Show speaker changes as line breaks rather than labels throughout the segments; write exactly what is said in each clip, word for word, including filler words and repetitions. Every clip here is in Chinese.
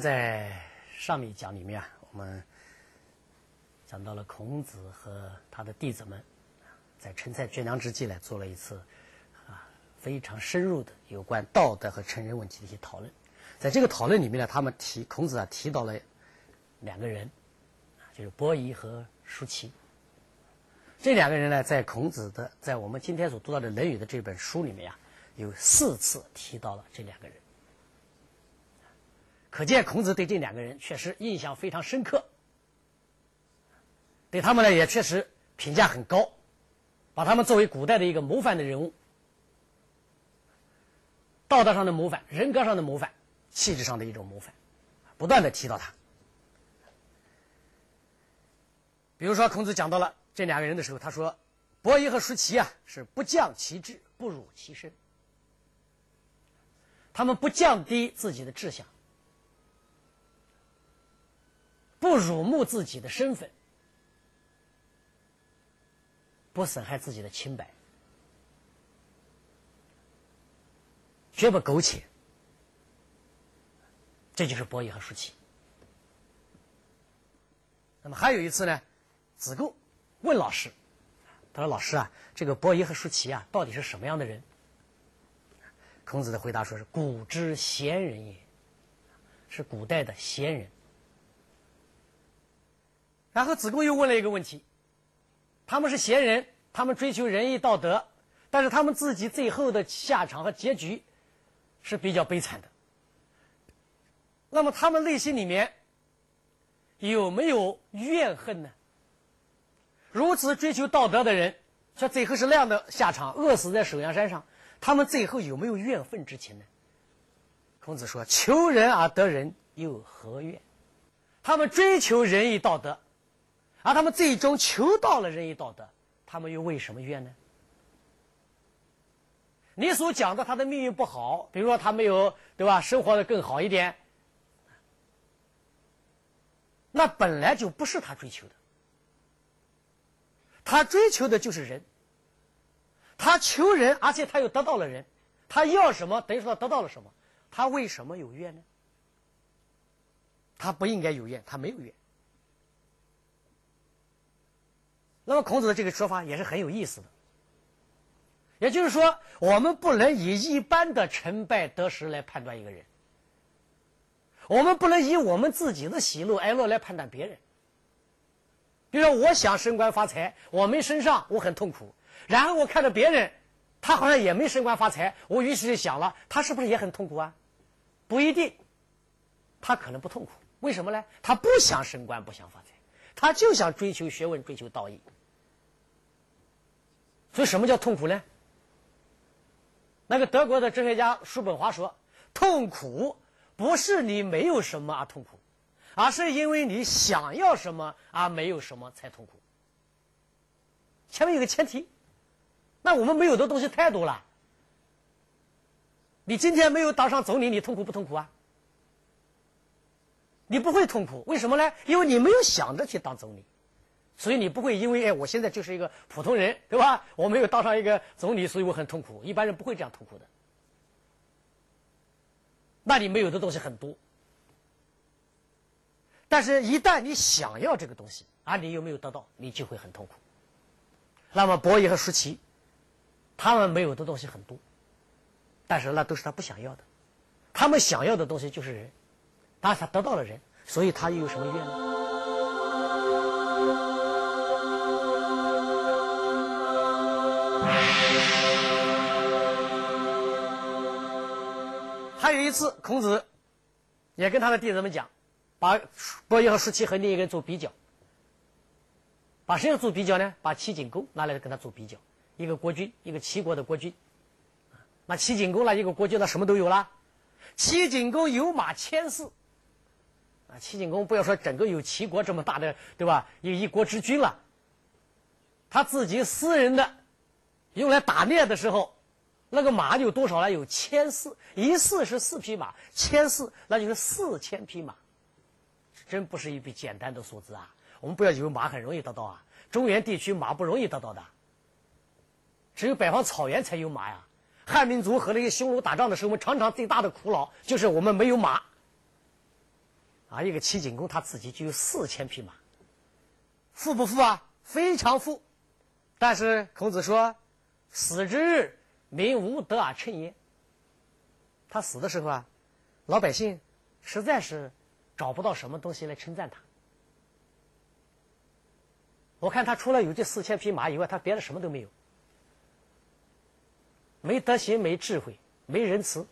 在上面一讲里面啊，我们讲到了孔子和他的弟子们在陈蔡绝粮之际呢，做了一次啊非常深入的有关道德和成人问题的一些讨论。在这个讨论里面呢，他们提孔子啊提到了两个人，就是伯夷和叔齐。这两个人呢，在孔子的在我们今天所读到的《论语》的这本书里面啊，有四次提到了这两个人。可见孔子对这两个人确实印象非常深刻，对他们呢也确实评价很高，把他们作为古代的一个模范的人物，道德上的模范，人格上的模范，气质上的一种模范，不断的提到他。比如说孔子讲到了这两个人的时候，他说伯夷和叔齐啊是不降其志，不辱其身，他们不降低自己的志向，不辱没自己的身份，不损害自己的清白，绝不苟且。这就是伯夷和叔齐。那么还有一次呢，子贡问老师，他说：“老师啊，这个伯夷和叔齐啊，到底是什么样的人？”孔子的回答说是：“古之贤人也，是古代的贤人。”然后子贡又问了一个问题：他们是贤人，他们追求仁义道德，但是他们自己最后的下场和结局是比较悲惨的。那么他们内心里面有没有怨恨呢？如此追求道德的人，却最后是那样的下场，饿死在首阳山上，他们最后有没有怨愤之情呢？孔子说：“求仁而得仁，又何怨？”他们追求仁义道德，而他们最终求到了仁义道德，他们又为什么怨呢？你所讲的他的命运不好，比如说他没有，对吧，生活的更好一点，那本来就不是他追求的。他追求的就是人，他求人，而且他又得到了人，他要什么等于说他得到了什么，他为什么有怨呢？他不应该有怨，他没有怨。那么孔子的这个说法也是很有意思的，也就是说，我们不能以一般的成败得失来判断一个人，我们不能以我们自己的喜怒哀乐来判断别人。比如说我想升官发财，我没升上，我很痛苦，然后我看着别人他好像也没升官发财，我于是就想了，他是不是也很痛苦啊？不一定，他可能不痛苦。为什么呢？他不想升官，不想发财，他就想追求学问，追求道义。所以什么叫痛苦呢？那个德国的哲学家叔本华说，痛苦不是你没有什么而痛苦，而是因为你想要什么而没有什么才痛苦。前面有个前提，那我们没有的东西太多了。你今天没有当上总理，你痛苦不痛苦啊？你不会痛苦，为什么呢？因为你没有想着去当总理，所以你不会因为哎，我现在就是一个普通人，对吧？我没有当上一个总理，所以我很痛苦。一般人不会这样痛苦的。那你没有的东西很多，但是一旦你想要这个东西，而你又没有得到，你就会很痛苦。那么伯夷和叔齐，他们没有的东西很多，但是那都是他不想要的。他们想要的东西就是人，但是他得到了人，所以他又有什么怨呢？还有一次，孔子也跟他的弟子们讲，把伯夷和叔齐和另一个人做比较。把谁要做比较呢？把齐景公拿来跟他做比较，一个国君，一个齐国的国君。那齐景公那一个国君，那什么都有了。齐景公有马千驷，啊，齐景公不要说整个有齐国这么大的，对吧？有一国之君了。他自己私人的用来打猎的时候，那个马有多少呢？有千驷，一驷是四匹马，千驷那就是四千匹马，真不是一笔简单的数字啊！我们不要以为马很容易得到啊，中原地区马不容易得到的，只有北方草原才有马呀。汉民族和那些匈奴打仗的时候，我们常常最大的苦恼就是我们没有马。 啊，一个齐景公他自己就有四千匹马，富不富啊？非常富。但是孔子说：“死之日，民无得而称焉。”他死的时候啊，老百姓实在是找不到什么东西来称赞他。我看他除了有这四千匹马以外，他别的什么都没有，没德行，没智慧，没仁慈，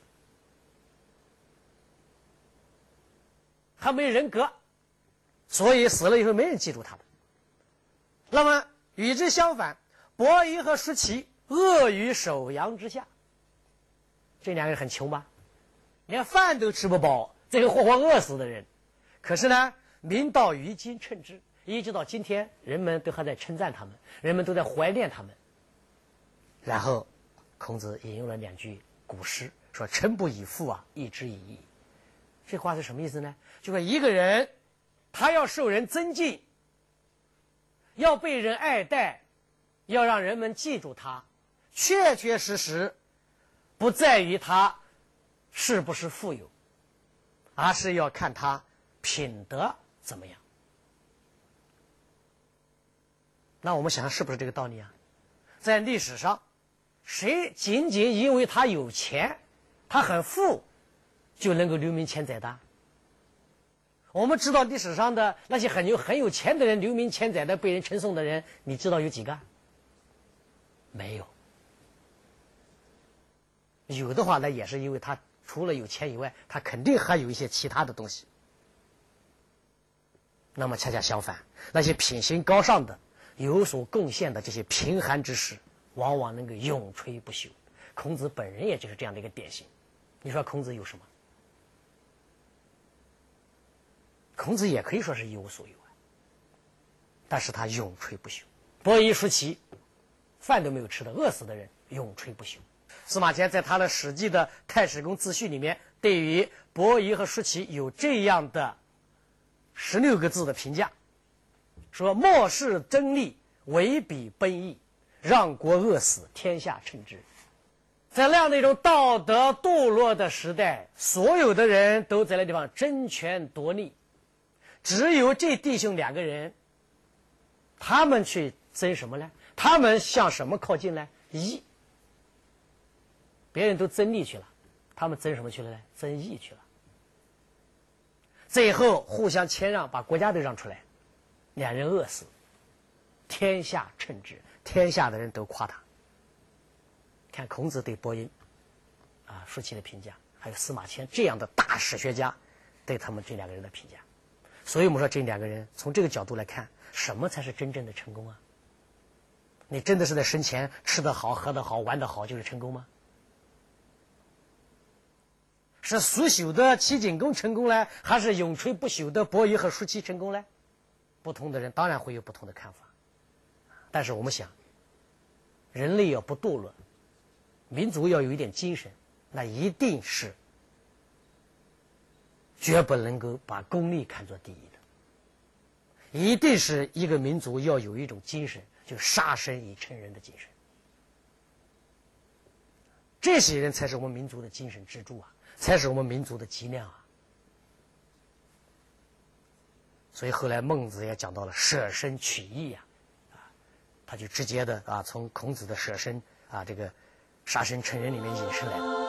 还没人格，所以死了以后没人记住他的。那么与之相反，伯夷和叔齐饿于首阳之下，这两个人很穷吧，连饭都吃不饱，最后活活饿死的人。可是呢，民到于今称之，一直到今天，人们都还在称赞他们，人们都在怀念他们。然后孔子引用了两句古诗，说：“臣不以富啊，义之以义。”这话是什么意思呢？就说一个人他要受人尊敬，要被人爱戴，要让人们记住他，确确实实不在于他是不是富有，而是要看他品德怎么样。那我们想想是不是这个道理啊？在历史上，谁仅仅因为他有钱，他很富，就能够留名千载的？我们知道历史上的那些很有很有钱的人，留名千载的被人称颂的人，你知道有几个？没有。有的话呢，也是因为他除了有钱以外，他肯定还有一些其他的东西。那么恰恰相反，那些品行高尚的、有所贡献的这些贫寒之士，往往能够永垂不朽。孔子本人也就是这样的一个典型。你说孔子有什么？孔子也可以说是一无所有啊，但是他永垂不朽。伯夷叔齐饭都没有吃的饿死的人，永垂不朽。司马迁在他的《史记》的《太史公自序》里面，对于伯夷和叔齐有这样的十六个字的评价，说：“末世争利，为彼奔逸，让国饿死，天下称之。”在那样的一种道德堕落的时代，所有的人都在那地方争权夺利，只有这弟兄两个人，他们去争什么呢？他们向什么靠近呢？义。别人都争利去了，他们争什么去了呢？争义去了。最后互相谦让，把国家都让出来，两人饿死，天下称之，天下的人都夸他。看孔子对伯夷啊、叔齐的评价，还有司马迁这样的大史学家对他们这两个人的评价。所以我们说这两个人从这个角度来看，什么才是真正的成功啊？你真的是在生前吃得好、喝得好、玩得好就是成功吗？是速朽的齐景公成功呢，还是永垂不朽的伯夷和叔齐成功呢？不同的人当然会有不同的看法，但是我们想，人类要不堕落，民族要有一点精神，那一定是绝不能够把功利看作第一的，一定是一个民族要有一种精神，就杀身以成仁的精神。这些人才是我们民族的精神支柱啊，才是我们民族的脊梁啊。所以后来孟子也讲到了舍身取义啊，啊，他就直接的啊从孔子的舍身啊这个杀身成仁里面引申来的。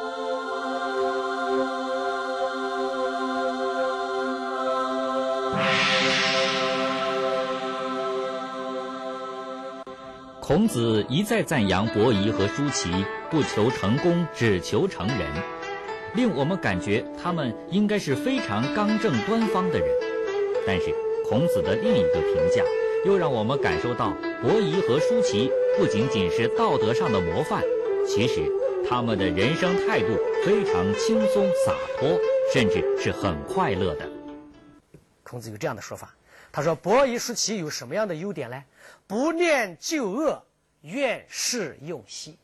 孔子一再赞扬伯夷和叔齐不求成功，只求成仁，令我们感觉他们应该是非常刚正端方的人。但是孔子的另一个评价又让我们感受到，伯夷和叔齐不仅仅是道德上的模范，其实他们的人生态度非常轻松洒脱，甚至是很快乐的。
孔子有这样的说法，他说伯夷叔齐有什么样的优点呢？不念旧恶，愿事用兮。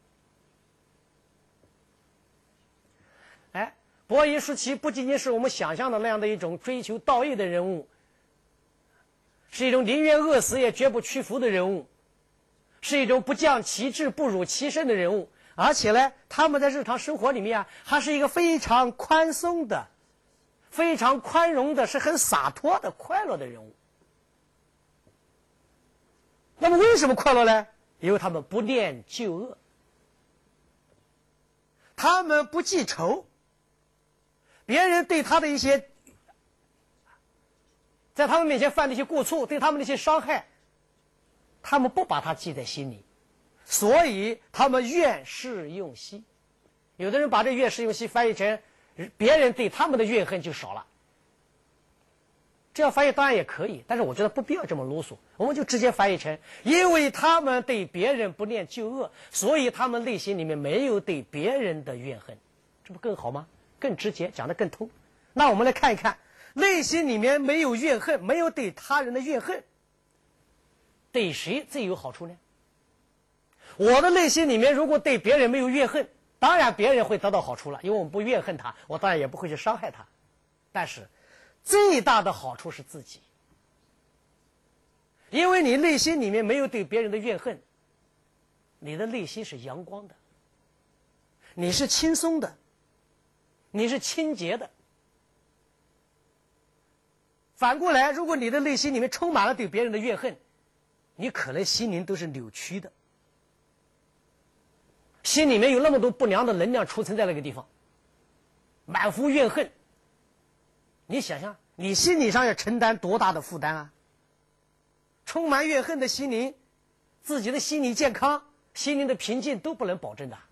哎，伯夷叔齐不仅仅是我们想象的那样的一种追求道义的人物，是一种宁愿饿死也绝不屈服的人物，是一种不降其志不辱其身的人物，而且呢，他们在日常生活里面啊，还是一个非常宽松的、 非常宽容的，是很洒脱的、快乐的人物。那么为什么快乐呢？因为他们不念旧恶，他们不记仇，别人对他的一些在他们面前犯的一些过错，对他们的一些伤害，他们不把它记在心里，所以他们愿事用息。有的人把这愿事用息翻译成别人对他们的怨恨就少了，这样翻译当然也可以，但是我觉得不必要这么啰嗦，我们就直接翻译成因为他们对别人不念旧恶，所以他们内心里面没有对别人的怨恨，这不更好吗？更直接，讲得更通。那我们来看一看，内心里面没有怨恨，没有对他人的怨恨，对谁最有好处呢？我的内心里面如果对别人没有怨恨，当然别人会得到好处了，因为我们不怨恨他，我当然也不会去伤害他。但是最大的好处是自己，因为你内心里面没有对别人的怨恨，你的内心是阳光的，你是轻松的，你是清洁的。反过来，如果你的内心里面充满了对别人的怨恨，你可能心灵都是扭曲的，心里面有那么多不良的能量储存在那个地方，满腹怨恨。你想想，你心理上要承担多大的负担啊？充满怨恨的心灵，自己的心理健康、心灵的平静都不能保证的。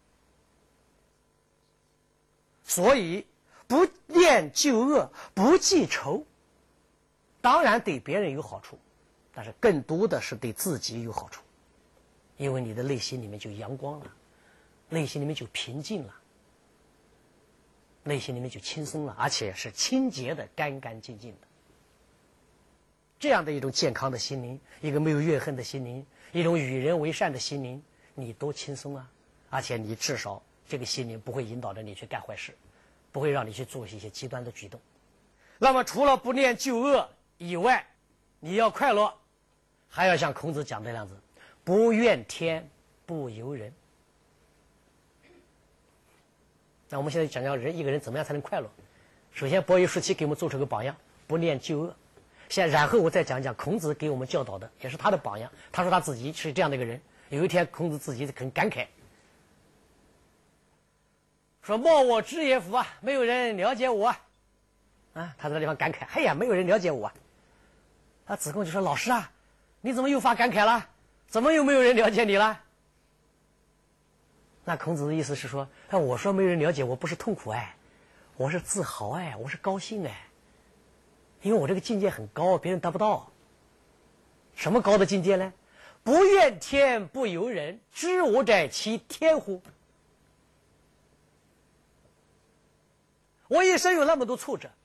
所以，不念旧恶，不记仇，当然对别人有好处，但是更多的是对自己有好处，因为你的内心里面就阳光了，内心里面就平静了，内心里面就轻松了，而且是清洁的、干干净净的。这样的一种健康的心灵，一个没有怨恨的心灵，一种与人为善的心灵，你多轻松啊！而且你至少这个心灵不会引导着你去干坏事，不会让你去做一些极端的举动。那么除了不念旧恶以外，你要快乐，还要像孔子讲的那样子，不怨天不尤人。那我们现在讲讲人一个人怎么样才能快乐。首先伯夷叔齐给我们做出个榜样，不念旧恶。现在然后我再讲讲孔子给我们教导的，也是他的榜样。他说他自己是这样的一个人。有一天孔子自己很感慨，说莫我知也夫啊，没有人了解我啊。啊，他在那地方感慨，哎呀，没有人了解我啊。他子贡就说，老师啊，你怎么又发感慨了？怎么又没有人了解你了？那孔子的意思是说，哎，我说没有人了解我，不是痛苦哎，我是自豪哎，我是高兴哎，因为我这个境界很高，别人得不到。什么高的境界呢？不怨天不尤人，知我者其天乎？我一生有那么多挫折，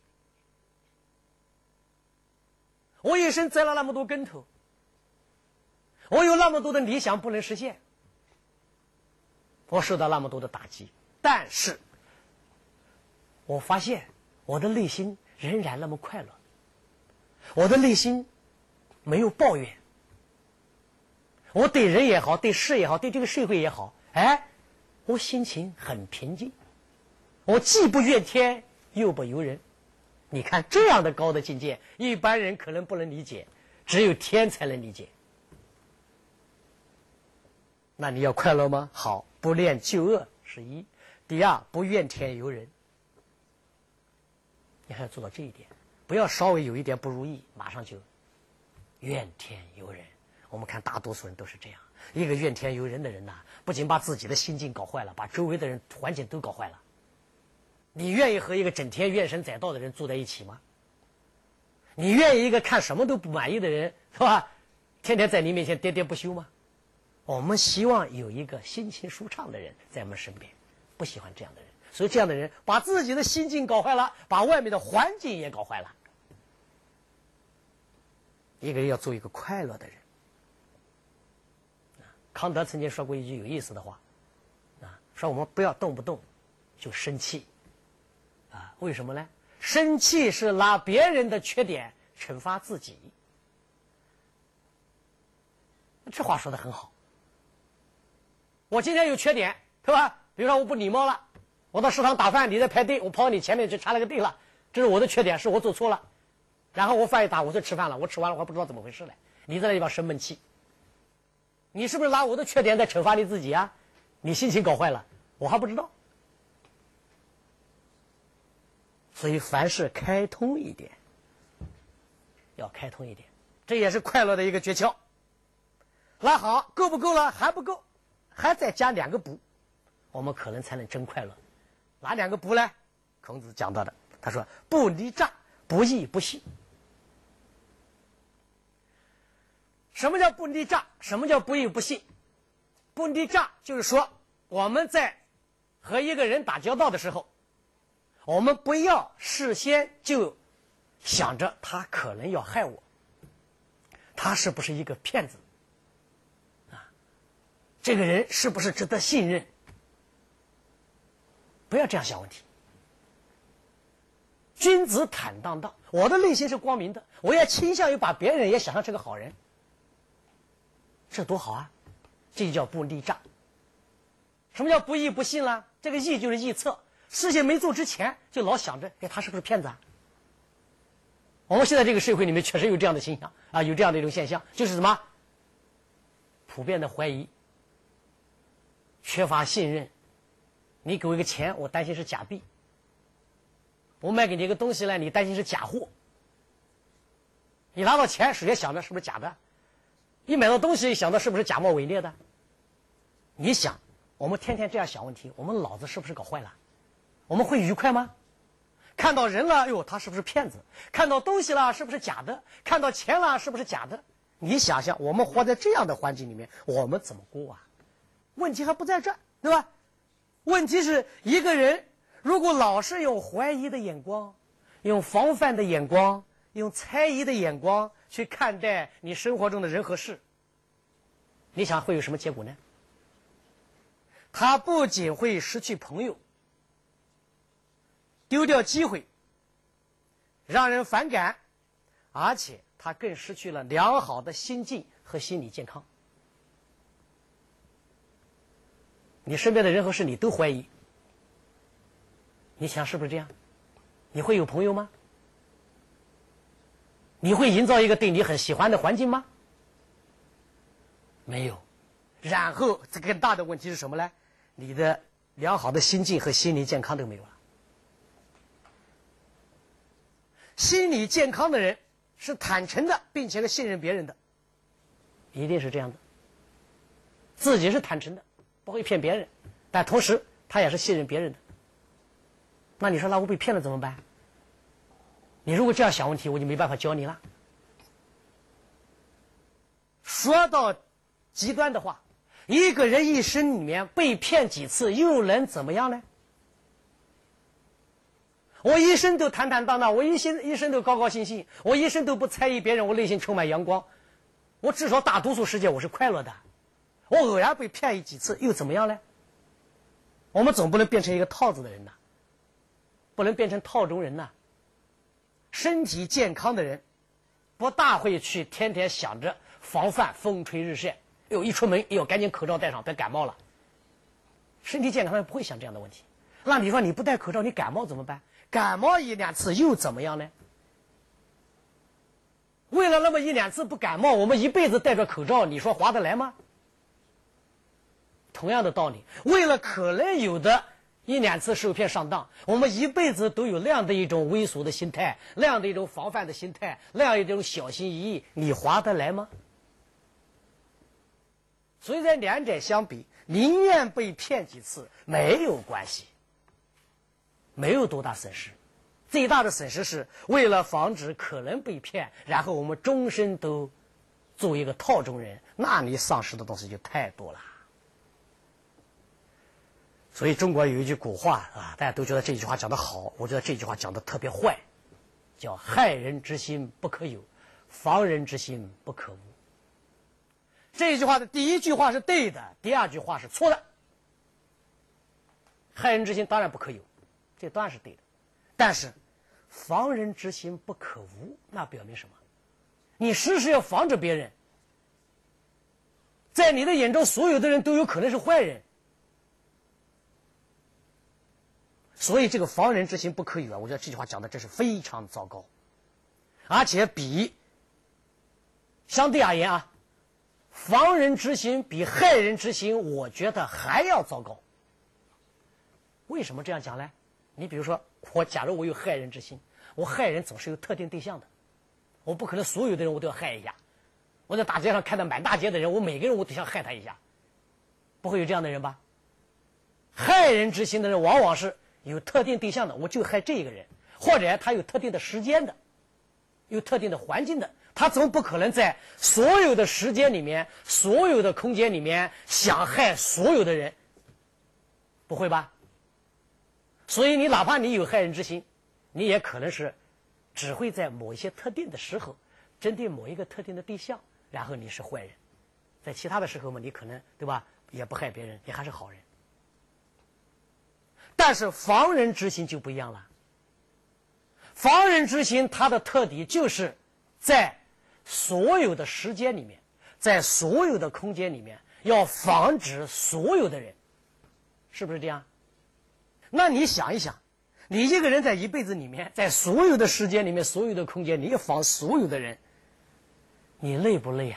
我一生栽了那么多跟头，我有那么多的理想不能实现，我受到那么多的打击，但是我发现我的内心仍然那么快乐，我的内心没有抱怨，我对人也好，对事也好，对这个社会也好，哎，我心情很平静，我既不怨天又不尤人。你看这样的高的境界，一般人可能不能理解，只有天才能理解。那你要快乐吗？好，不念旧恶是一。第二，不怨天尤人，你还要做到这一点，不要稍微有一点不如意马上就怨天尤人。我们看大多数人都是这样，一个怨天尤人的人呐、啊，不仅把自己的心境搞坏了，把周围的人环境都搞坏了。你愿意和一个整天怨声载道的人住在一起吗？你愿意一个看什么都不满意的人，是吧，天天在你面前喋喋不休吗？我们希望有一个心情舒畅的人在我们身边，不喜欢这样的人。所以这样的人把自己的心境搞坏了，把外面的环境也搞坏了。一个人要做一个快乐的人。康德曾经说过一句有意思的话，啊，说我们不要动不动就生气，啊，为什么呢？生气是拿别人的缺点惩罚自己。这话说得很好。我今天有缺点，对吧？比如说我不礼貌了，我到食堂打饭，你在排队，我跑到你前面去插了个队了， 这是我的缺点，是我做错了。然后我饭一打，我就吃饭了，我吃完了我还不知道怎么回事来。你在那地方生闷气，你是不是拿我的缺点在惩罚你自己啊？你心情搞坏了，我还不知道。所以凡事开通一点，要开通一点，这也是快乐的一个诀窍。那好，够不够了？还不够，还再加两个补，我们可能才能真快乐。哪两个补呢？孔子讲到的，他说不离诈，不义不信。什么叫不离诈？什么叫不义不信？不离诈就是说，我们在和一个人打交道的时候，我们不要事先就想着他可能要害我，他是不是一个骗子啊？这个人是不是值得信任？不要这样想问题。君子坦荡荡，我的内心是光明的，我也倾向于把别人也想象成个好人，这多好啊！这就叫不立诈。什么叫不义不信呢？这个义就是臆测，事情没做之前就老想着，哎，他是不是骗子啊？我们现在这个社会里面确实有这样的现象啊，有这样的一种现象，就是什么？普遍的怀疑，缺乏信任。你给我一个钱，我担心是假币；我卖给你一个东西呢，你担心是假货。你拿到钱，首先想着是不是假的？一买到东西，想到是不是假冒伪劣的？你想，我们天天这样想问题，我们脑子是不是搞坏了？我们会愉快吗？看到人了，哎呦，他是不是骗子？看到东西了，是不是假的？看到钱了，是不是假的？你想想，我们活在这样的环境里面，我们怎么过啊？问题还不在这儿，对吧？问题是一个人如果老是用怀疑的眼光，用防范的眼光，用猜疑的眼光去看待你生活中的人和事，你想会有什么结果呢？他不仅会失去朋友，丢掉机会，让人反感，而且他更失去了良好的心境和心理健康。你身边的人和事你都怀疑，你想是不是这样？你会有朋友吗？你会营造一个对你很喜欢的环境吗？没有。然后这个更大的问题是什么呢？你的良好的心境和心理健康都没有了。心理健康的人是坦诚的，并且信任别人的，一定是这样的。自己是坦诚的，不会骗别人，但同时他也是信任别人的。那你说那我被骗了怎么办？你如果这样想问题，我就没办法教你了。说到极端的话，一个人一生里面被骗几次又能怎么样呢？我一生都坦坦荡荡，我一生一生都高高兴兴，我一生都不猜疑别人，我内心充满阳光，我至少大多数时间我是快乐的。我偶然被骗一几次又怎么样呢？我们总不能变成一个套子的人呐，不能变成套中人呐。身体健康的人不大会去天天想着防范风吹日晒，哟，一出门哟赶紧口罩戴上，别感冒了。身体健康的人不会想这样的问题。那你说你不戴口罩，你感冒怎么办？感冒一两次又怎么样呢？为了那么一两次不感冒，我们一辈子戴着口罩，你说划得来吗？同样的道理，为了可能有的一两次受骗上当，我们一辈子都有那样的一种微俗的心态，那样的一种防范的心态，那样一种小心翼翼，你划得来吗？所以在两者相比，宁愿被骗几次没有关系，没有多大损失。最大的损失是为了防止可能被骗，然后我们终身都做一个套中人，那你丧失的东西就太多了。所以中国有一句古话啊，大家都觉得这句话讲得好，我觉得这句话讲得特别坏，叫害人之心不可有，防人之心不可无。这句话的第一句话是对的，第二句话是错的。害人之心当然不可有，这当然是对的，但是防人之心不可无，那表明什么？你时时要防着别人，在你的眼中所有的人都有可能是坏人， 所以这个防人之心不可与啊，我觉得这句话讲的真是非常糟糕，而且比相对而言啊，防人之心比害人之心，我觉得还要糟糕。为什么这样讲呢？你比如说，我假如我有害人之心，我害人总是有特定对象的，我不可能所有的人我都要害一下。我在大街上看到满大街的人，我每个人我都想害他一下，不会有这样的人吧？害人之心的人往往是有特定对象的，我就害这个人，或者他有特定的时间的，有特定的环境的，他总不可能在所有的时间里面、所有的空间里面想害所有的人，不会吧？所以你哪怕你有害人之心，你也可能是只会在某一些特定的时候，针对某一个特定的对象，然后你是坏人，在其他的时候嘛，你可能对吧，也不害别人，你还是好人。但是防人之心就不一样了，防人之心它的特点就是在所有的时间里面，在所有的空间里面，要防止所有的人，是不是这样？那你想一想，你一个人在一辈子里面，在所有的时间里面，所有的空间，你要防所有的人，你累不累啊？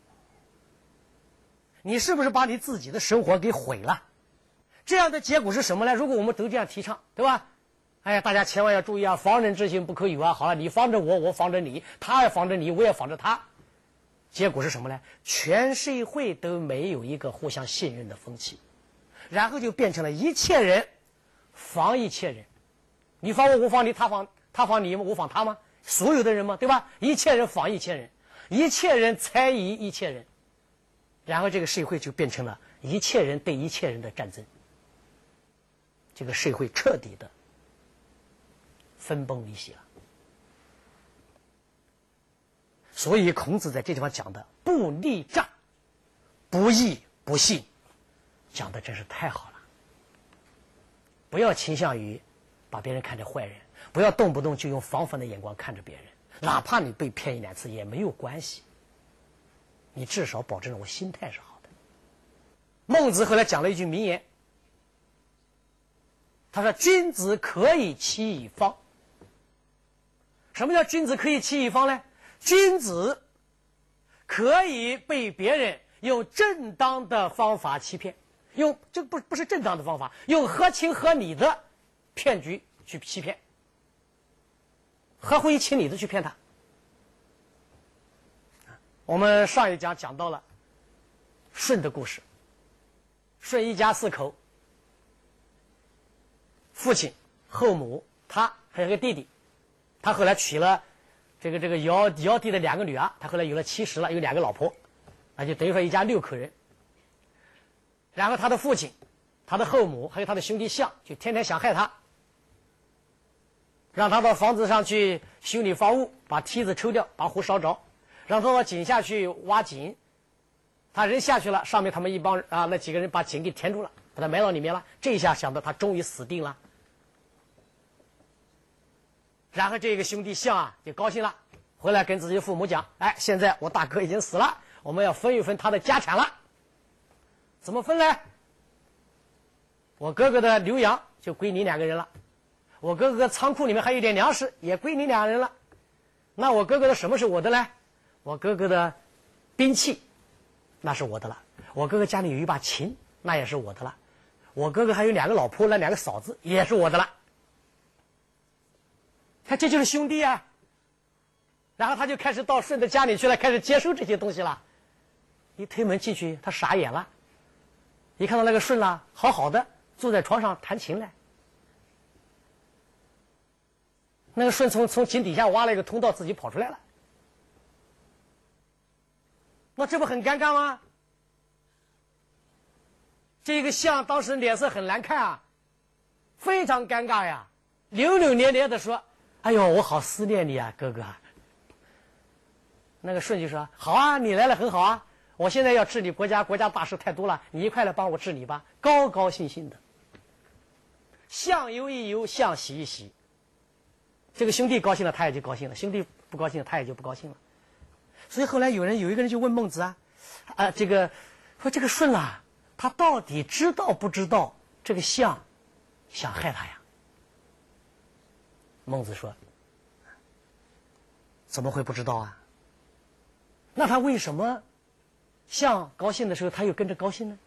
你是不是把你自己的生活给毁了？这样的结果是什么呢？如果我们都这样提倡，对吧？哎呀，大家千万要注意啊，防人之心不可有啊。好了，你防着我，我防着你，他也防着你，我也防着他。结果是什么呢？全社会都没有一个互相信任的风气，然后就变成了一切人防一切人，你防我，我防你，他防他防你，我防他吗？所有的人吗？对吧？一切人防一切人，一切人猜疑一切人，然后这个社会就变成了一切人对一切人的战争，这个社会彻底的分崩离析了。所以孔子在这地方讲的不立诈、不义不信，讲的真是太好了。不要倾向于把别人看成坏人，不要动不动就用防范的眼光看着别人，哪怕你被骗一两次也没有关系，你至少保证了我心态是好的。孟子后来讲了一句名言，他说君子可以欺以方。什么叫君子可以欺以方呢？君子可以被别人用正当的方法欺骗，用这不不是正当的方法，用合情合理的骗局去欺骗，合乎于情理的去骗他。我们上一讲讲到了舜的故事，舜一家四口，父亲、后母，他还有个弟弟，他后来娶了这个这个尧尧帝的两个女儿，他后来有了妻室了，有两个老婆，那就等于说一家六口人。然后他的父亲、他的后母还有他的兄弟象就天天想害他，让他到房子上去修理房屋，把梯子抽掉，把火烧着，让他到井下去挖井，他人下去了，上面他们一帮啊那几个人把井给填住了，把他埋到里面了。这一下想到他终于死定了。然后这个兄弟象啊就高兴了，回来跟自己父母讲，哎，现在我大哥已经死了，我们要分一分他的家产了。怎么分呢？我哥哥的牛羊就归你两个人了，我哥哥仓库里面还有点粮食也归你两人了。那我哥哥的什么是我的呢？我哥哥的兵器那是我的了，我哥哥家里有一把琴那也是我的了，我哥哥还有两个老婆，那两个嫂子也是我的了。他这就是兄弟啊。然后他就开始到舜的家里去了，开始接收这些东西了。一推门进去，他傻眼了，一看到那个舜啦，好好的坐在床上弹琴来。那个舜从从井底下挖了一个通道，自己跑出来了。那这不很尴尬吗？这个象当时脸色很难看啊，非常尴尬呀，扭扭捏捏的说：“哎呦，我好思念你啊，哥哥。”那个舜就说：“好啊，你来了很好啊，我现在要治理国家，国家大事太多了，你一块来帮我治理吧。”高高兴兴的，象忧一忧，象喜一喜。这个兄弟高兴了，他也就高兴了；兄弟不高兴了，他也就不高兴了。所以后来有人有一个人就问孟子啊，啊，这个说这个舜啊，他到底知道不知道这个象想害他呀？ 孟子说：“怎么会不知道啊？那他为什么象高兴的时候，他又跟着高兴呢？